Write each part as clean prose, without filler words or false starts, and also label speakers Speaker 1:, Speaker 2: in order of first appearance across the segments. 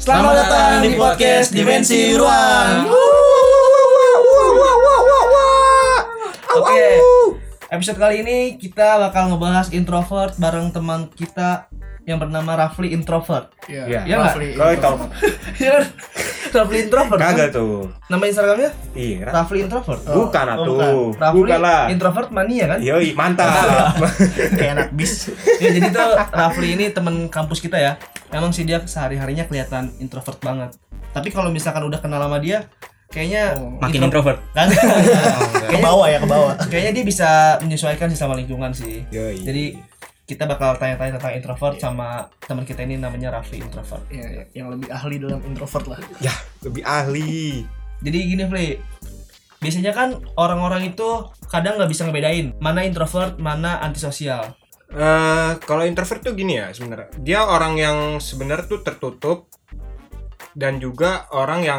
Speaker 1: Selamat datang di podcast Dimensi Ruang. Oke, episode kali ini kita bakal ngebahas introvert bareng teman kita yang bernama Rafli Introvert.
Speaker 2: Iya,
Speaker 1: Rafli.
Speaker 2: Kalau itu
Speaker 1: Rafli Introvert.
Speaker 2: kagak tuh.
Speaker 1: Nama Instagramnya?
Speaker 2: Iya,
Speaker 1: Rafli Introvert.
Speaker 2: bukan atuh.
Speaker 1: Rafli
Speaker 2: Bukan lah.
Speaker 1: Introvert mania kan?
Speaker 2: Yoi, mantap.
Speaker 3: Kayak anak bis.
Speaker 1: Ya, jadi tuh Rafli ini teman kampus kita ya. Emang sih dia sehari-harinya kelihatan introvert banget. Tapi kalau misalkan udah kenal sama dia, kayaknya
Speaker 3: Makin introvert.
Speaker 1: Kan?
Speaker 3: Ke bawah ya, ke bawah.
Speaker 1: Kayaknya dia bisa menyesuaikan sih sama lingkungan sih.
Speaker 2: Yoi.
Speaker 1: Jadi kita bakal tanya-tanya tentang introvert sama teman kita ini namanya Rafli Introvert.
Speaker 3: Ya, yang lebih ahli dalam introvert lah.
Speaker 2: Ya, lebih ahli.
Speaker 1: Jadi gini Fli, biasanya kan orang-orang itu kadang nggak bisa ngebedain mana introvert, mana antisosial.
Speaker 2: Kalau introvert tuh gini ya sebenarnya. Dia orang yang sebenarnya tuh tertutup dan juga orang yang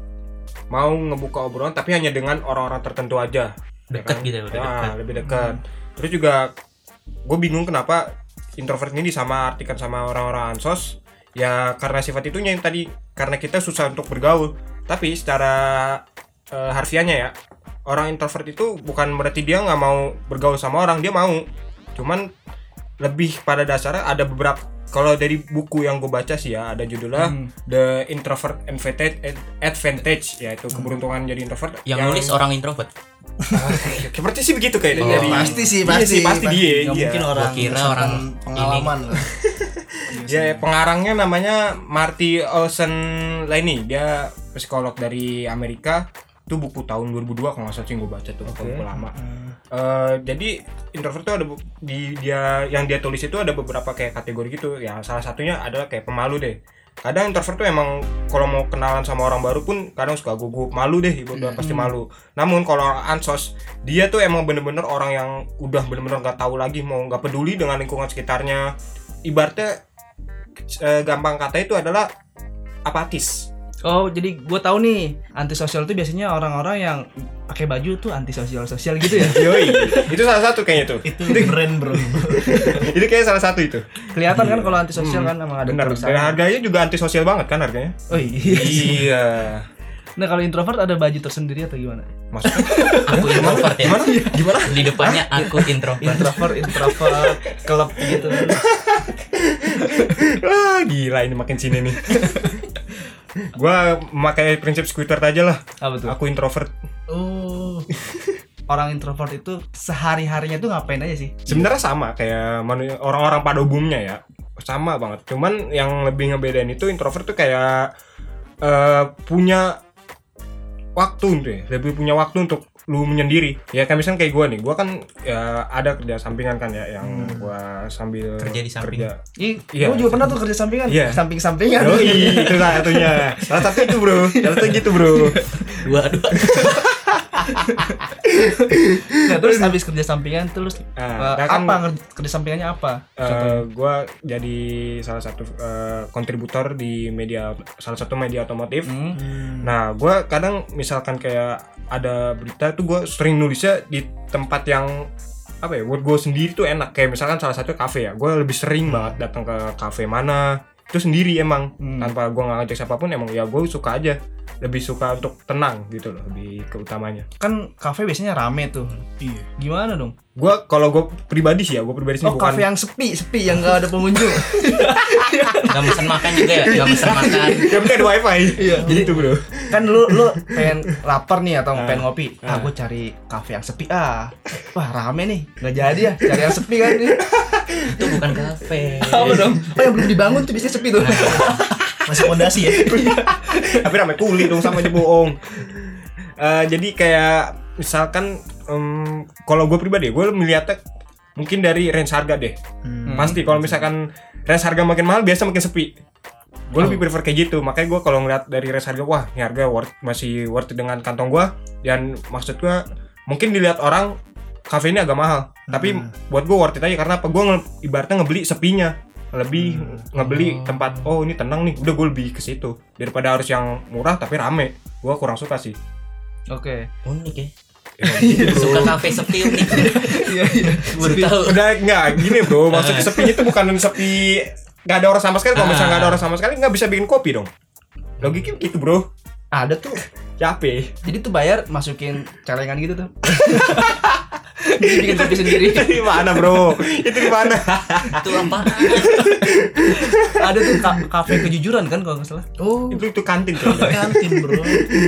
Speaker 2: mau ngebuka obrolan tapi hanya dengan orang-orang tertentu aja.
Speaker 3: Dekat gitu ya, udah dekat.
Speaker 2: Lebih dekat. Terus juga gue bingung kenapa introvert ini disamartikan sama orang-orang ansos. Ya karena sifat itunya yang tadi, karena kita susah untuk bergaul. Tapi secara harfiahnya ya, orang introvert itu bukan berarti dia nggak mau bergaul sama orang, dia mau. Cuman lebih pada dasarnya ada beberapa, kalau dari buku yang gue baca sih ya, ada judulnya The Introvert Advantage, yaitu keberuntungan jadi introvert.
Speaker 3: Yang nulis orang introvert.
Speaker 2: Seperti sih begitu kayaknya. Dari
Speaker 1: Pasti sih,
Speaker 2: Iya sih, pasti dia.
Speaker 1: Nggak
Speaker 2: Iya.
Speaker 1: mungkin orang
Speaker 3: Gua kira orang
Speaker 1: pengalaman lah.
Speaker 2: Ya, pengarangnya namanya Marty Olsen Laney. Dia psikolog dari Amerika. Itu buku tahun 2002 kalau nggak salah sih gue baca tuh, buku lama. Jadi introvert tuh ada yang dia tulis itu ada beberapa kayak kategori gitu. Ya salah satunya adalah kayak pemalu deh. Kadang introvert tuh emang kalau mau kenalan sama orang baru pun kadang suka gugup, malu deh, udah pasti malu. Namun kalau ansos, dia tuh emang bener-bener orang yang udah bener-bener nggak tahu lagi, mau nggak peduli dengan lingkungan sekitarnya. Ibaratnya gampang kata itu adalah apatis.
Speaker 1: Oh, jadi gue tahu nih, antisosial itu biasanya orang-orang yang pakai baju tuh antisosial gitu ya.
Speaker 2: Yoi, itu salah satu kayaknya tuh.
Speaker 3: Itu brand, bro.
Speaker 2: Itu kayak salah satu itu.
Speaker 1: Kelihatan kan kalau antisosial kan emang ada
Speaker 2: Benar.
Speaker 1: tulisan.
Speaker 2: Dan harganya juga antisosial banget kan harganya.
Speaker 1: Oh iya.
Speaker 2: Iya.
Speaker 1: Nah, kalau introvert ada baju tersendiri atau gimana?
Speaker 2: Maksudnya
Speaker 3: Aku introvert ya.
Speaker 2: Gimana?
Speaker 3: Di depannya aku introvert.
Speaker 1: Introvert klub gitu kan.
Speaker 2: Wah, gila ini makin sini nih. Gua memakai prinsip Squidward aja lah.
Speaker 1: Apa tuh?
Speaker 2: Aku introvert.
Speaker 1: Oh. Orang introvert itu sehari-harinya tuh ngapain aja sih?
Speaker 2: Sebenarnya sama kayak orang-orang pada umumnya ya. Sama banget. Cuman yang lebih ngebedain itu introvert tuh kayak punya waktu deh. Lebih punya waktu untuk lu menyendiri. Ya kan misalnya kayak gue nih. Gue kan ya ada kerja sampingan kan ya, yang gue sambil
Speaker 3: Kerja di samping.
Speaker 2: Iya.
Speaker 1: Gue juga pernah tuh kerja sampingan.
Speaker 2: Iya.
Speaker 1: Samping-sampingan.
Speaker 2: Yoi, itu lah satunya. Salah satu itu bro. Salah satu gitu bro.
Speaker 3: Dua.
Speaker 1: Nah, terus habis kerja sampingan terus
Speaker 2: kan,
Speaker 1: kerja sampingannya apa?
Speaker 2: Gue jadi salah satu kontributor di salah satu media otomotif. Nah, gue kadang misalkan kayak ada berita tuh gue sering nulisnya di tempat yang apa ya, buat gue sendiri tuh enak. Kayak misalkan salah satu kafe ya, gue lebih sering banget datang ke kafe mana itu sendiri emang tanpa gue nggak ngajak siapapun. Emang ya gue suka aja, lebih suka untuk tenang gitu loh, lebih keutamanya.
Speaker 1: Kan kafe biasanya rame tuh.
Speaker 3: Iya.
Speaker 1: Gimana dong?
Speaker 2: Kalau gue pribadi sih ya, gue pribadi sih
Speaker 1: Oh,
Speaker 2: bukan
Speaker 1: kafe yang sepi yang nggak ada pengunjung.
Speaker 3: Gak mesen makan juga ya? Gak mesen makan.
Speaker 2: yang penting ada wifi.
Speaker 1: Iya.
Speaker 2: Gitu bro.
Speaker 1: Kan lu pengen lapar nih atau pengen ngopi. Gue cari kafe yang sepi. Wah, rame nih. Nggak jadi ya, cari yang sepi kan nih.
Speaker 3: Itu bukan kafe.
Speaker 1: Apa dong? Oh, yang belum dibangun tuh biasanya sepi tuh.
Speaker 3: Masih fondasi ya?
Speaker 2: Tapi ramai kuli dong, sama aja bohong. Jadi kayak misalkan kalau gue pribadi, gue melihatnya mungkin dari range harga deh. Pasti kalau misalkan range harga makin mahal, biasa makin sepi. Gue lebih prefer kayak gitu. Makanya gue kalau ngeliat dari range harga, wah ini harga masih worth dengan kantong gue. Dan maksud gue mungkin dilihat orang kafe ini agak mahal, tapi buat gue worth it aja. Karena apa? Gue ibaratnya ngebeli sepinya, lebih ngebeli tempat, oh ini tenang nih, udah gue lebih ke situ daripada harus yang murah tapi rame. Gue kurang suka sih.
Speaker 1: Oke.
Speaker 3: Unik ya. Suka kafe sepi unik.
Speaker 1: Iya.
Speaker 3: Baru tahu.
Speaker 2: Udah enggak gini bro, maksudnya sepinya itu bukan sepi nggak ada orang sama sekali. Kalau misalnya nggak ada orang sama sekali, nggak bisa bikin kopi dong. Logiknya gitu, Bro.
Speaker 1: Ada tuh.
Speaker 2: Capek.
Speaker 1: Jadi tuh bayar masukin celengan gitu tuh. Jadi bikin kopi sendiri.
Speaker 2: Di mana, Bro? Itu di mana?
Speaker 3: Itu apa?
Speaker 1: Ada tuh kafe kejujuran kan kalau nggak salah.
Speaker 4: Oh,
Speaker 2: Itu kantin tuh.
Speaker 4: kantin bro.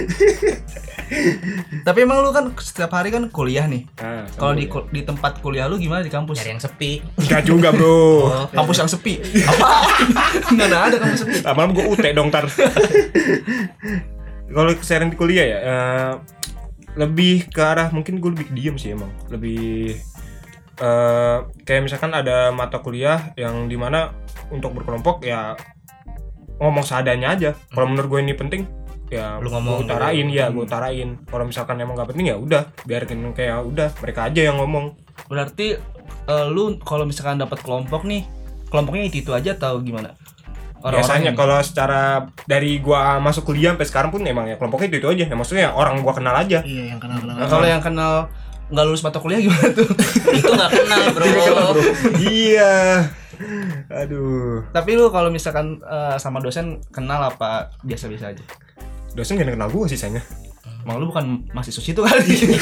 Speaker 1: Tapi emang lu kan setiap hari kan kuliah nih.
Speaker 2: Nah,
Speaker 1: Kalau di tempat kuliah lu gimana di kampus?
Speaker 3: Cari yang sepi.
Speaker 2: enggak juga, Bro.
Speaker 1: Kampus yang sepi. Apa? Nggak ada kampus sepi.
Speaker 2: Lama-lama gue UT dong ntar. Kalau keseharian di kuliah ya, lebih ke arah mungkin gue lebih diem sih emang. Lebih kayak misalkan ada mata kuliah yang dimana untuk berkelompok ya ngomong seadanya aja. Kalau menurut gue ini penting ya
Speaker 3: Lu ngomong
Speaker 2: gue utarain ya, gue utarain. Kalau misalkan emang gak penting ya udah biarin kayak udah mereka aja yang ngomong.
Speaker 1: Berarti lu kalau misalkan dapat kelompok nih, kelompoknya itu aja atau gimana?
Speaker 2: Biasanya kalau secara dari gua masuk kuliah sampai sekarang pun emang ya kelompoknya itu aja. Ya maksudnya orang gua kenal aja.
Speaker 4: Iya, yang kenal.
Speaker 1: Nah, kalau yang kenal nggak lulus mata kuliah gimana tuh?
Speaker 3: Itu nggak kenal, bro.
Speaker 2: Iya. Aduh.
Speaker 1: Tapi lu kalau misalkan sama dosen kenal apa biasa-biasa aja?
Speaker 2: Dosen gak kenal gua sih sayangnya.
Speaker 1: Emang lu bukan mahasiswa situ kali?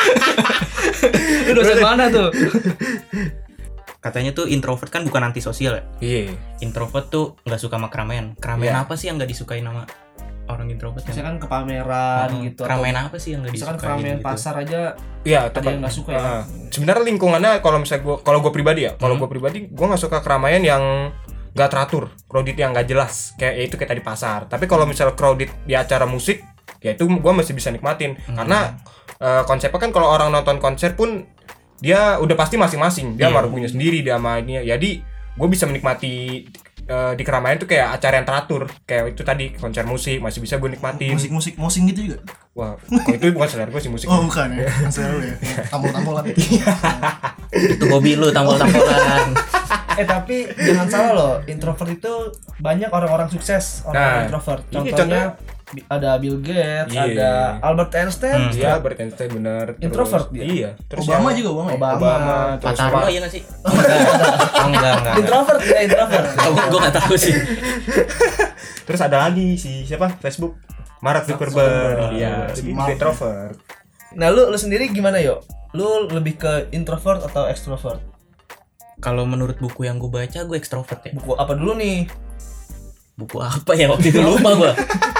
Speaker 1: Lu dosen mana tuh?
Speaker 3: Katanya tuh introvert kan bukan antisosial ya.
Speaker 2: Iya.
Speaker 3: Introvert tuh nggak suka sama keramaian. Keramaian
Speaker 2: Iya.
Speaker 3: apa sih yang nggak disukai nama orang introvert?
Speaker 1: Misalkan ke pameran gitu.
Speaker 3: Keramaian apa sih yang nggak disukai?
Speaker 1: Misalkan keramaian
Speaker 3: gitu?
Speaker 1: pasar aja
Speaker 2: Iya,
Speaker 1: ada yang nggak suka ya.
Speaker 2: Sebenarnya lingkungannya kalau misalnya gua pribadi ya, kalau gua pribadi gua nggak suka keramaian yang nggak teratur, crowded yang nggak jelas, kayak ya itu kayak tadi pasar. Tapi kalau misalnya crowded di acara musik, ya itu gua masih bisa nikmatin. Karena konsepnya kan kalau orang nonton konser pun dia udah pasti masing-masing, dia sama lagunya sendiri, dia sama ini. Jadi gue bisa menikmati di keramaian tuh kayak acara yang teratur, kayak itu tadi konser musik masih bisa gue nikmatin.
Speaker 4: Musik mosing gitu juga.
Speaker 2: Wah, kalau itu bukan selera gue sih musik.
Speaker 4: Oh, bukan ya. Asal lu ya. Tampol-tampolan.
Speaker 3: Itu hobi lu, tampol-tampolan.
Speaker 1: Tapi jangan salah loh, introvert itu banyak orang-orang sukses, orang introvert.
Speaker 2: Ini
Speaker 1: Contohnya ada Bill Gates,
Speaker 2: Iya.
Speaker 1: ada Albert Einstein.
Speaker 2: Iya, Albert Einstein bener.
Speaker 1: Introvert
Speaker 2: Terus,
Speaker 1: dia.
Speaker 2: Iya. Terus
Speaker 4: Obama
Speaker 2: yang-
Speaker 4: juga Obama.
Speaker 1: Obama.
Speaker 2: Terus
Speaker 3: Patarno
Speaker 2: Pak-
Speaker 3: iya nggak sih? Oh, enggak.
Speaker 1: Introvert ya, introvert.
Speaker 3: Gue nggak tahu sih.
Speaker 2: Terus ada lagi si siapa? Facebook. Mark Zuckerberg. Iya, dia juga introvert.
Speaker 1: Nah, lu sendiri gimana, yo? Lu lebih ke introvert atau extrovert?
Speaker 3: Kalau menurut buku yang gue baca, gue ekstrovert ya.
Speaker 1: Buku apa dulu nih?
Speaker 3: Buku apa ya waktu itu lupa gue.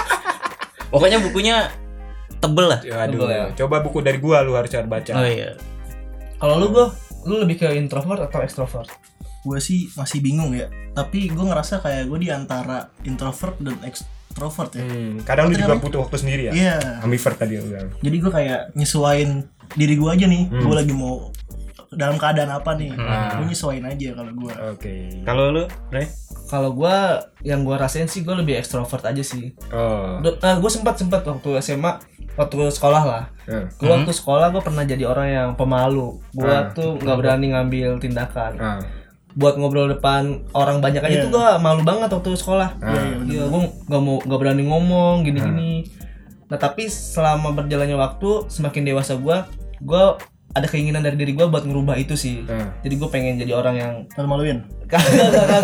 Speaker 3: Pokoknya bukunya tebel lah.
Speaker 2: Ya, aduh.
Speaker 1: Tebel ya.
Speaker 2: Coba buku dari gua lu harus baca.
Speaker 3: Oh iya.
Speaker 1: Kalau lu lebih ke introvert atau extrovert?
Speaker 4: Gue sih masih bingung ya. Tapi gue ngerasa kayak gue di antara introvert dan extrovert ya.
Speaker 2: Kadang lu
Speaker 4: Apa
Speaker 2: juga
Speaker 4: namanya?
Speaker 2: butuh waktu sendiri ya.
Speaker 4: Iya.
Speaker 2: Ambivert tadi lu bilang.
Speaker 4: Jadi gue kayak nyesuain diri gue aja nih. Gue lagi mau dalam keadaan apa nih. Gue nyesuain aja kalau gue.
Speaker 2: Oke.
Speaker 3: Kalau lu, Re?
Speaker 1: Kalau gua yang gua rasain sih gua lebih extrovert aja sih.
Speaker 2: Oh.
Speaker 1: Gua sempat waktu SMA, waktu sekolah lah. Gua waktu sekolah gua pernah jadi orang yang pemalu. Gua tuh nggak berani ngambil tindakan. Buat ngobrol depan orang banyak aja tuh gua malu banget waktu sekolah. Iya, gua nggak berani ngomong gini-gini. Nah tapi selama berjalannya waktu, semakin dewasa gua ada keinginan dari diri gue buat ngerubah itu sih. Jadi gue pengen jadi orang yang
Speaker 4: Malu-maluin.
Speaker 1: Enggak,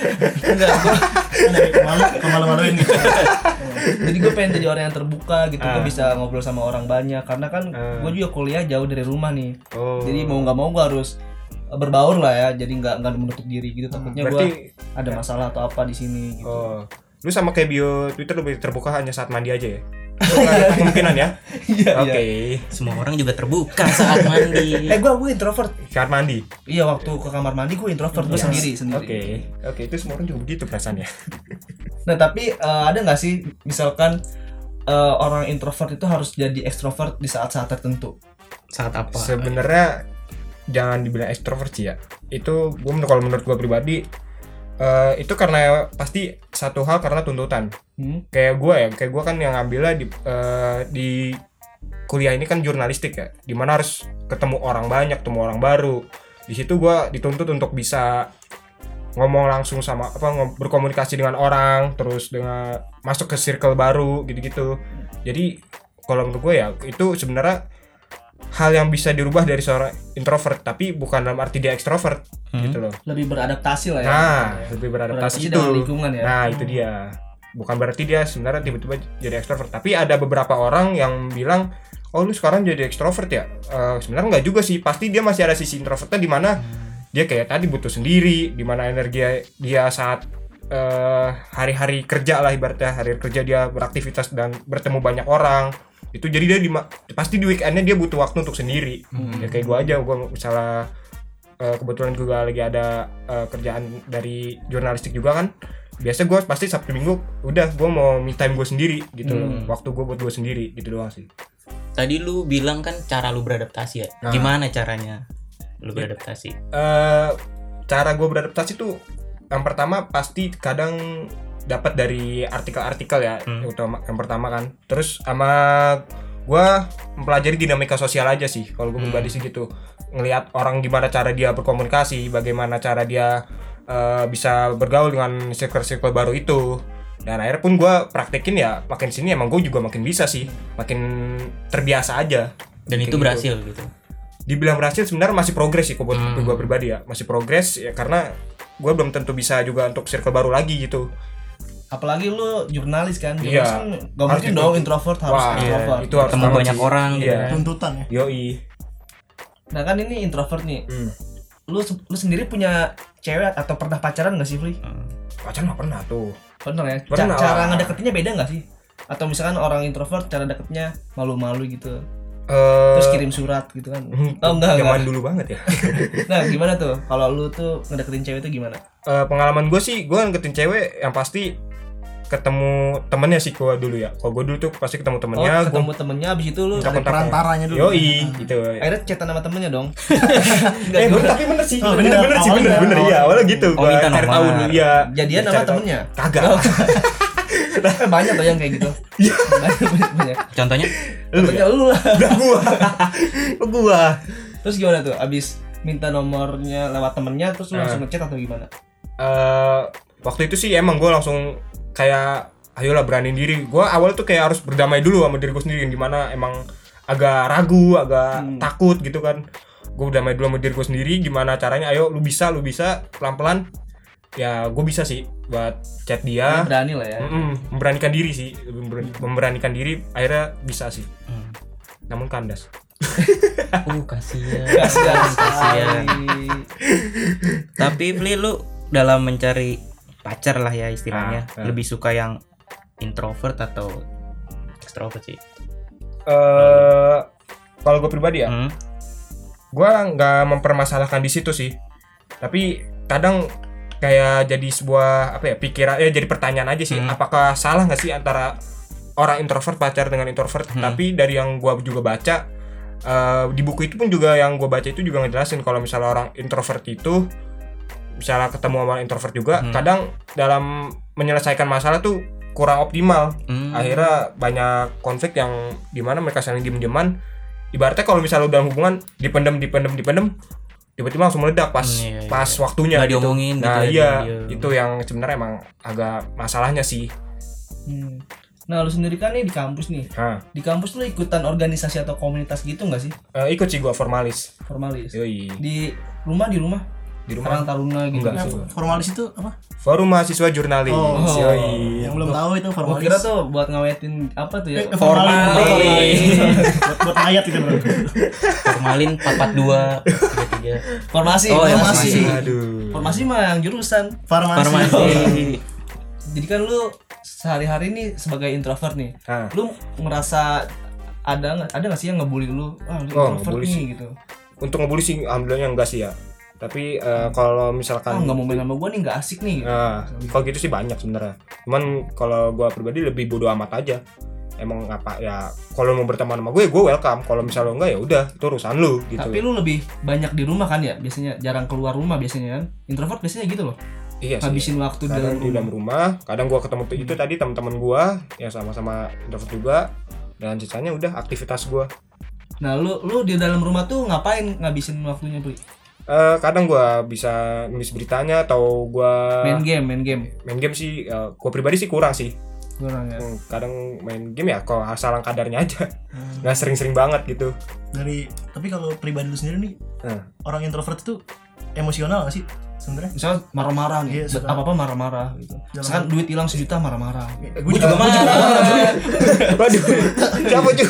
Speaker 1: gue
Speaker 4: Malu-maluin gitu.
Speaker 1: jadi gue pengen jadi orang yang terbuka gitu. Gue bisa ngobrol sama orang banyak karena kan gue juga kuliah jauh dari rumah nih. Jadi mau nggak mau gue harus berbaur lah ya. Jadi nggak menutup diri gitu. Takutnya gue ada masalah atau apa di sini. Gitu.
Speaker 2: Oh, lu sama kayak bio Twitter lebih terbuka hanya saat mandi aja ya? Ada kemungkinan ya? Oke.
Speaker 3: Semua orang juga terbuka saat mandi.
Speaker 1: Gue introvert.
Speaker 2: Saat mandi.
Speaker 1: Iya, waktu ke kamar mandi gue introvert. Gue sendiri.
Speaker 2: Oke, itu semua orang juga begitu perasaannya.
Speaker 1: Nah tapi ada nggak sih misalkan orang introvert itu harus jadi extrovert di saat-saat tertentu?
Speaker 3: Saat apa?
Speaker 2: Sebenarnya jangan dibilang ekstrovert sih ya. Itu kalau menurut gue pribadi itu karena pasti satu hal karena tuntutan. Kayak gue kan yang ngambilnya di kuliah ini kan jurnalistik ya, dimana harus ketemu orang banyak, ketemu orang baru. Di situ gue dituntut untuk bisa ngomong langsung sama berkomunikasi dengan orang, terus dengan masuk ke circle baru gitu-gitu. Jadi kalau menurut gue ya itu sebenarnya hal yang bisa dirubah dari seorang introvert, tapi bukan dalam arti dia ekstrovert gitu loh.
Speaker 1: Lebih beradaptasi lah ya.
Speaker 2: Nah, lebih beradaptasi itu.
Speaker 1: dengan lingkungan ya.
Speaker 2: Nah, itu dia. bukan berarti dia sebenarnya tiba-tiba jadi ekstrovert. Tapi ada beberapa orang yang bilang, oh lu sekarang jadi ekstrovert ya? Sebenarnya nggak juga sih, pasti dia masih ada sisi introvertnya di mana dia kayak tadi butuh sendiri, di mana energi dia saat hari-hari kerja lah, ibaratnya hari kerja dia beraktivitas dan bertemu banyak orang. Itu jadi dia pasti di weekendnya dia butuh waktu untuk sendiri. Ya kayak gue aja, gue misalnya kebetulan juga lagi ada kerjaan dari jurnalistik juga kan. Biasa gue pasti Sabtu Minggu udah gue mau me time gue sendiri gitu loh. Waktu gue buat gue sendiri gitu doang sih.
Speaker 3: Tadi lu bilang kan cara lu beradaptasi ya. Gimana caranya lu beradaptasi?
Speaker 2: Cara gue beradaptasi tuh yang pertama pasti kadang dapat dari artikel-artikel ya. Yang pertama kan. Terus sama gue mempelajari dinamika sosial aja sih. Kalau gue pribadi sih gitu. Ngelihat orang gimana cara dia berkomunikasi, bagaimana cara dia bisa bergaul dengan circle-circle baru itu. Dan akhirnya pun gue praktekin ya, makin sini emang gue juga makin bisa sih, makin terbiasa aja.
Speaker 3: Dan itu berhasil gitu.
Speaker 2: Dibilang berhasil sebenarnya masih progres sih buat gue pribadi ya, masih progres ya, karena gue belum tentu bisa juga untuk circle baru lagi gitu.
Speaker 1: Apalagi lu jurnalis kan,
Speaker 2: Iya.
Speaker 1: Gak mungkin dong introvert harus introvert.
Speaker 2: Itu harus
Speaker 3: ketemu banyak orang gitu.
Speaker 4: Tuntutan ya.
Speaker 2: Yoi.
Speaker 1: Nah kan ini introvert nih. Lu sendiri punya cewek atau pernah pacaran gak sih, Fli?
Speaker 2: Pacaran gak pernah tuh.
Speaker 1: Pernah ya?
Speaker 2: Pernah.
Speaker 1: Cara ngedeketinnya beda gak sih? Atau misalkan orang introvert cara deketnya malu-malu gitu, terus kirim surat gitu kan? Oh enggak.
Speaker 2: Zaman dulu banget ya.
Speaker 1: Nah gimana tuh? Kalau lu tuh ngedeketin cewek tuh gimana?
Speaker 2: Pengalaman gue sih, gue ngedeketin cewek yang pasti ketemu temennya sih gue dulu ya. Kalau gue dulu tuh pasti ketemu temennya.
Speaker 1: Ketemu temennya, abis itu lu
Speaker 2: Kontak-kontak
Speaker 4: perantaranya dulu.
Speaker 2: Yoi, gitu.
Speaker 1: akhirnya chatan sama temennya dong.
Speaker 2: Tapi bener sih,
Speaker 4: Oh,
Speaker 2: bener sih, bener iya. Awalnya gitu,
Speaker 3: Oh,
Speaker 2: gue
Speaker 3: minta
Speaker 2: cari
Speaker 3: nomor.
Speaker 2: tahu dulu ya.
Speaker 1: Jadian sama temennya?
Speaker 2: Kagak.
Speaker 1: Banyak tuh yang kayak gitu. Banyak.
Speaker 3: Contohnya?
Speaker 1: Contohnya lu lah.
Speaker 2: Gua.
Speaker 1: Terus gimana tuh? Abis minta nomornya lewat temennya, terus lu langsung ngechat atau gimana?
Speaker 2: Waktu itu sih emang gue langsung kayak ayolah beraniin diri. Gue awal tuh kayak harus berdamai dulu sama diri gue sendiri, gimana emang agak ragu, agak takut gitu kan. Gue berdamai dulu sama diri gue sendiri, gimana caranya, ayo lu bisa pelan-pelan. Ya gue bisa sih buat chat dia.
Speaker 1: Berani lah ya.
Speaker 2: Memberanikan diri sih, memberanikan diri akhirnya bisa sih. Namun kandas.
Speaker 3: Kasihan. Tapi Fli, lu dalam mencari pacar lah ya istilahnya, lebih suka yang introvert atau extrovert sih?
Speaker 2: Kalau gue pribadi ya, gue nggak mempermasalahkan di situ sih. Tapi kadang kayak jadi sebuah pikiran, jadi pertanyaan aja sih. Apakah salah nggak sih antara orang introvert pacar dengan introvert? Tapi dari yang gue juga baca, di buku itu pun juga yang gue baca itu juga ngejelasin kalau misalnya orang introvert itu misalnya ketemu sama introvert juga, kadang dalam menyelesaikan masalah tuh kurang optimal. Akhirnya banyak konflik yang dimana mereka saling diem-dieman. Ibaratnya kalau misalnya dalam hubungan dipendem, tiba-tiba langsung meledak pas waktunya.
Speaker 3: Nggak
Speaker 2: gitu.
Speaker 3: diomongin
Speaker 2: Nah
Speaker 3: gitu
Speaker 2: iya,
Speaker 3: ya,
Speaker 2: itu yang sebenarnya emang agak masalahnya sih.
Speaker 1: Nah lu sendiri kan nih di kampus nih. Di kampus lu ikutan organisasi atau komunitas gitu nggak sih?
Speaker 2: Ikut sih gua formalis.
Speaker 1: Yoi. Di rumah Karang Taruna gitu.
Speaker 2: Enggak sih.
Speaker 4: Formalis itu apa?
Speaker 2: Forum Mahasiswa Jurnalis. Yoi.
Speaker 4: Yang belum tahu itu
Speaker 1: Gua
Speaker 4: formalis.
Speaker 1: kira tuh buat ngawetin apa tuh ya?
Speaker 4: Formalis. Buat ayat itu bro.
Speaker 3: Formalin 442 33.
Speaker 1: Formasi.
Speaker 3: Oh, ya,
Speaker 1: formasi.
Speaker 2: Aduh.
Speaker 1: Formasi mah yang jurusan.
Speaker 4: Farmasi.
Speaker 1: Jadi kan lu sehari-hari nih sebagai introvert nih. Lu ngerasa ada nggak sih yang ngebully lu? Lu introvert nih gitu.
Speaker 2: Untuk ngebully sih alhamdulillah enggak sih ya. Tapi kalau misalkan
Speaker 1: nggak mau main sama gue nih, nggak asik nih.
Speaker 2: Kalau gitu sih banyak sebenarnya. Cuman kalau gue pribadi lebih bodo amat aja. Emang apa ya? Kalau mau berteman sama gue welcome. Kalau misalnya enggak ya udah, itu urusan lu gitu.
Speaker 1: Tapi lu lebih banyak di rumah kan ya? Biasanya jarang keluar rumah biasanya kan? Introvert biasanya gitu loh.
Speaker 2: Iya sih.
Speaker 1: Habisin waktu
Speaker 2: di dalam rumah. Kadang gue ketemu itu tadi teman-teman gue yang sama-sama introvert juga. Dan sisanya udah aktivitas gue.
Speaker 1: Nah lu di dalam rumah tuh ngapain ngabisin waktunya tuh?
Speaker 2: Kadang gue bisa nulis beritanya atau gue
Speaker 1: main game
Speaker 2: sih. Gue pribadi sih kurang sih.
Speaker 1: Ya.
Speaker 2: Kadang main game ya kalau asal kadarnya aja. Nggak sering-sering banget gitu.
Speaker 4: Tapi kalau pribadi lu sendiri nih, orang introvert itu emosional nggak sih? sebenarnya.
Speaker 1: Misalnya marah-marah nih,
Speaker 4: Iya,
Speaker 1: apa-apa marah-marah gitu. Misalkan duit hilang 1 juta marah-marah.
Speaker 4: Gue juga marah.
Speaker 2: Waduh, siapa juga?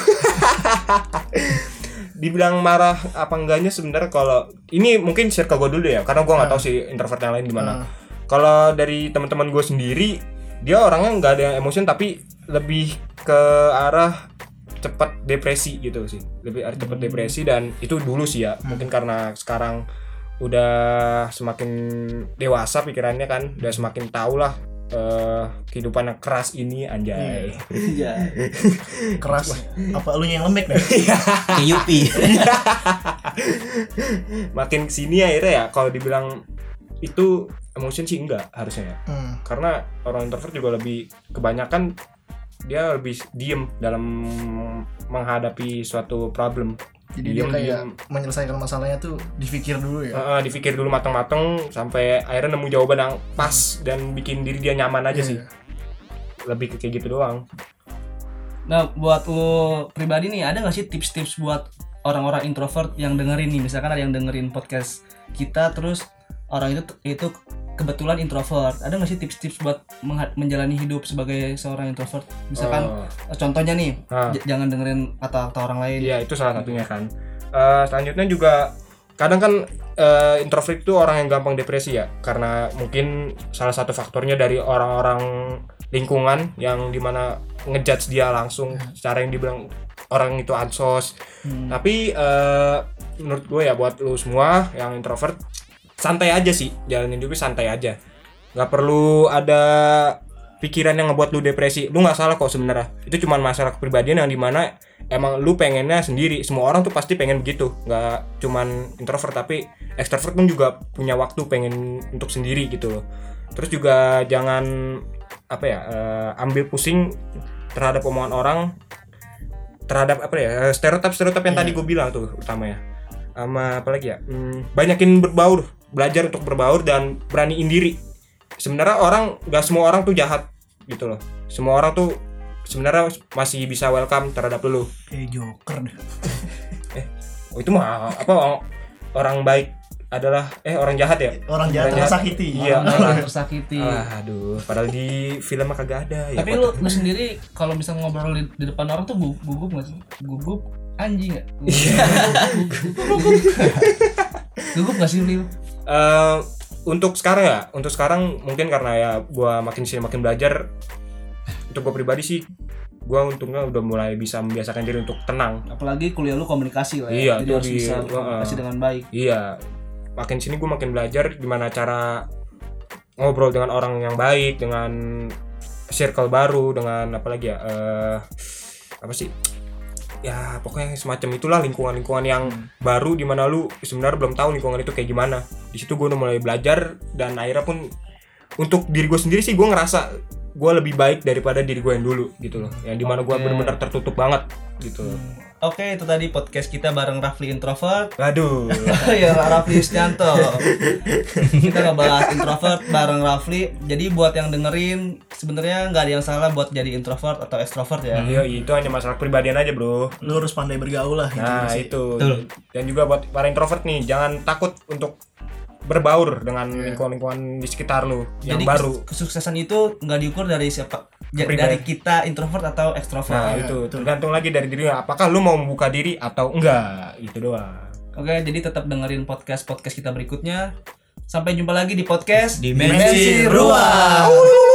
Speaker 2: Dibilang marah apa enggaknya sebenarnya kalau ini mungkin circle gue dulu ya, karena gue nggak tahu sih introvert yang lain gimana. Kalau dari teman-teman gue sendiri, dia orangnya nggak ada emosi tapi lebih ke arah cepat depresi gitu sih, lebih arah cepat depresi. Dan itu dulu sih ya, mungkin karena sekarang udah semakin dewasa pikirannya kan, udah semakin tahu lah kehidupan yang keras ini, anjay.
Speaker 4: Keras. Apa lu yang lembek deh?
Speaker 3: Kayak Yupi.
Speaker 2: Makin kesini akhirnya ya kalau dibilang itu emotion sih enggak harusnya ya. Karena orang introvert juga lebih kebanyakan dia lebih diem dalam menghadapi suatu problem.
Speaker 4: Jadi dia kayak menyelesaikan masalahnya tuh dipikir dulu ya.
Speaker 2: Dipikir dulu matang-matang sampai akhirnya nemu jawaban yang pas dan bikin diri dia nyaman aja sih. Lebih kayak gitu doang.
Speaker 1: Nah, buat lo pribadi nih, ada nggak sih tips-tips buat orang-orang introvert yang dengerin nih? Misalkan ada yang dengerin podcast kita, terus orang itu kebetulan introvert. Ada nggak sih tips-tips buat menjalani hidup sebagai seorang introvert? Misalkan contohnya nih, jangan dengerin kata-kata orang lain.
Speaker 2: Iya, itu salah satunya kan. Selanjutnya juga kadang kan introvert itu orang yang gampang depresi ya, karena mungkin salah satu faktornya dari orang-orang lingkungan yang dimana ngejudge dia langsung secara yang dibilang orang itu ansos. Tapi menurut gue ya, buat lu semua yang introvert, santai aja sih, jalanin hidupnya santai aja, nggak perlu ada pikiran yang ngebuat lu depresi. Lu nggak salah kok sebenarnya, itu cuma masalah kepribadian yang dimana emang lu pengennya sendiri. Semua orang tuh pasti pengen begitu, nggak cuman introvert tapi extrovert pun juga punya waktu pengen untuk sendiri gitu loh. Terus juga jangan ambil pusing terhadap omongan orang, terhadap stereotip yang tadi gue bilang tuh utamanya. Sama apalagi ya, banyakin belajar untuk berbaur dan beraniin diri. Sebenarnya gak semua orang tuh jahat gitu loh. Semua orang tuh sebenarnya masih bisa welcome terhadap lu.
Speaker 4: Kayak Joker deh.
Speaker 2: Itu mah orang baik adalah orang jahat ya.
Speaker 4: Orang jahat tersakiti.
Speaker 2: Iya,
Speaker 1: orang tersakiti.
Speaker 2: Aduh, padahal di film mah kagak ada ya.
Speaker 1: Tapi lu sendiri kalau misalnya ngobrol di depan orang tuh gugup enggak sih? Gugup anjing enggak? Gugup enggak sih lu?
Speaker 2: Untuk sekarang mungkin karena ya gua makin sini makin belajar. Untuk gua pribadi sih, gua untungnya udah mulai bisa membiasakan diri untuk tenang.
Speaker 1: Apalagi kuliah lu komunikasi lah ya.
Speaker 2: Iya,
Speaker 1: jadi harus bisa komunikasi dengan baik.
Speaker 2: Iya. Makin sini gue makin belajar gimana cara ngobrol dengan orang yang baik, dengan circle baru, dengan apalagi ya ya pokoknya semacam itulah, lingkungan yang baru di mana lu sebenarnya belum tahu lingkungan itu kayak gimana. Di situ gue udah mulai belajar dan akhirnya pun untuk diri gue sendiri sih gue ngerasa gue lebih baik daripada diri gue yang dulu gitu loh, yang dimana gue benar-benar tertutup banget gitu loh.
Speaker 1: Oke, itu tadi podcast kita bareng Rafli Introvert.
Speaker 2: Waduh.
Speaker 1: Ya, Rafli Yustianto. Kita ngebahas introvert bareng Rafli. Jadi buat yang dengerin, sebenarnya nggak ada yang salah buat jadi introvert atau extrovert ya.
Speaker 2: Iya, itu hanya masalah kepribadian aja, bro.
Speaker 4: Lu harus pandai bergaul lah.
Speaker 2: Nah, itu. Dan juga buat para introvert nih, jangan takut untuk berbaur dengan lingkungan di sekitar lu yang
Speaker 1: jadi
Speaker 2: baru.
Speaker 1: Kesuksesan itu nggak diukur dari siapa, dari kita introvert atau extrovert.
Speaker 2: Nah, itu tergantung lagi dari diri. Apakah lu mau membuka diri atau enggak, itu doang.
Speaker 1: Oke, jadi tetap dengerin podcast kita berikutnya. Sampai jumpa lagi di podcast
Speaker 3: Dimensi
Speaker 1: Ruang.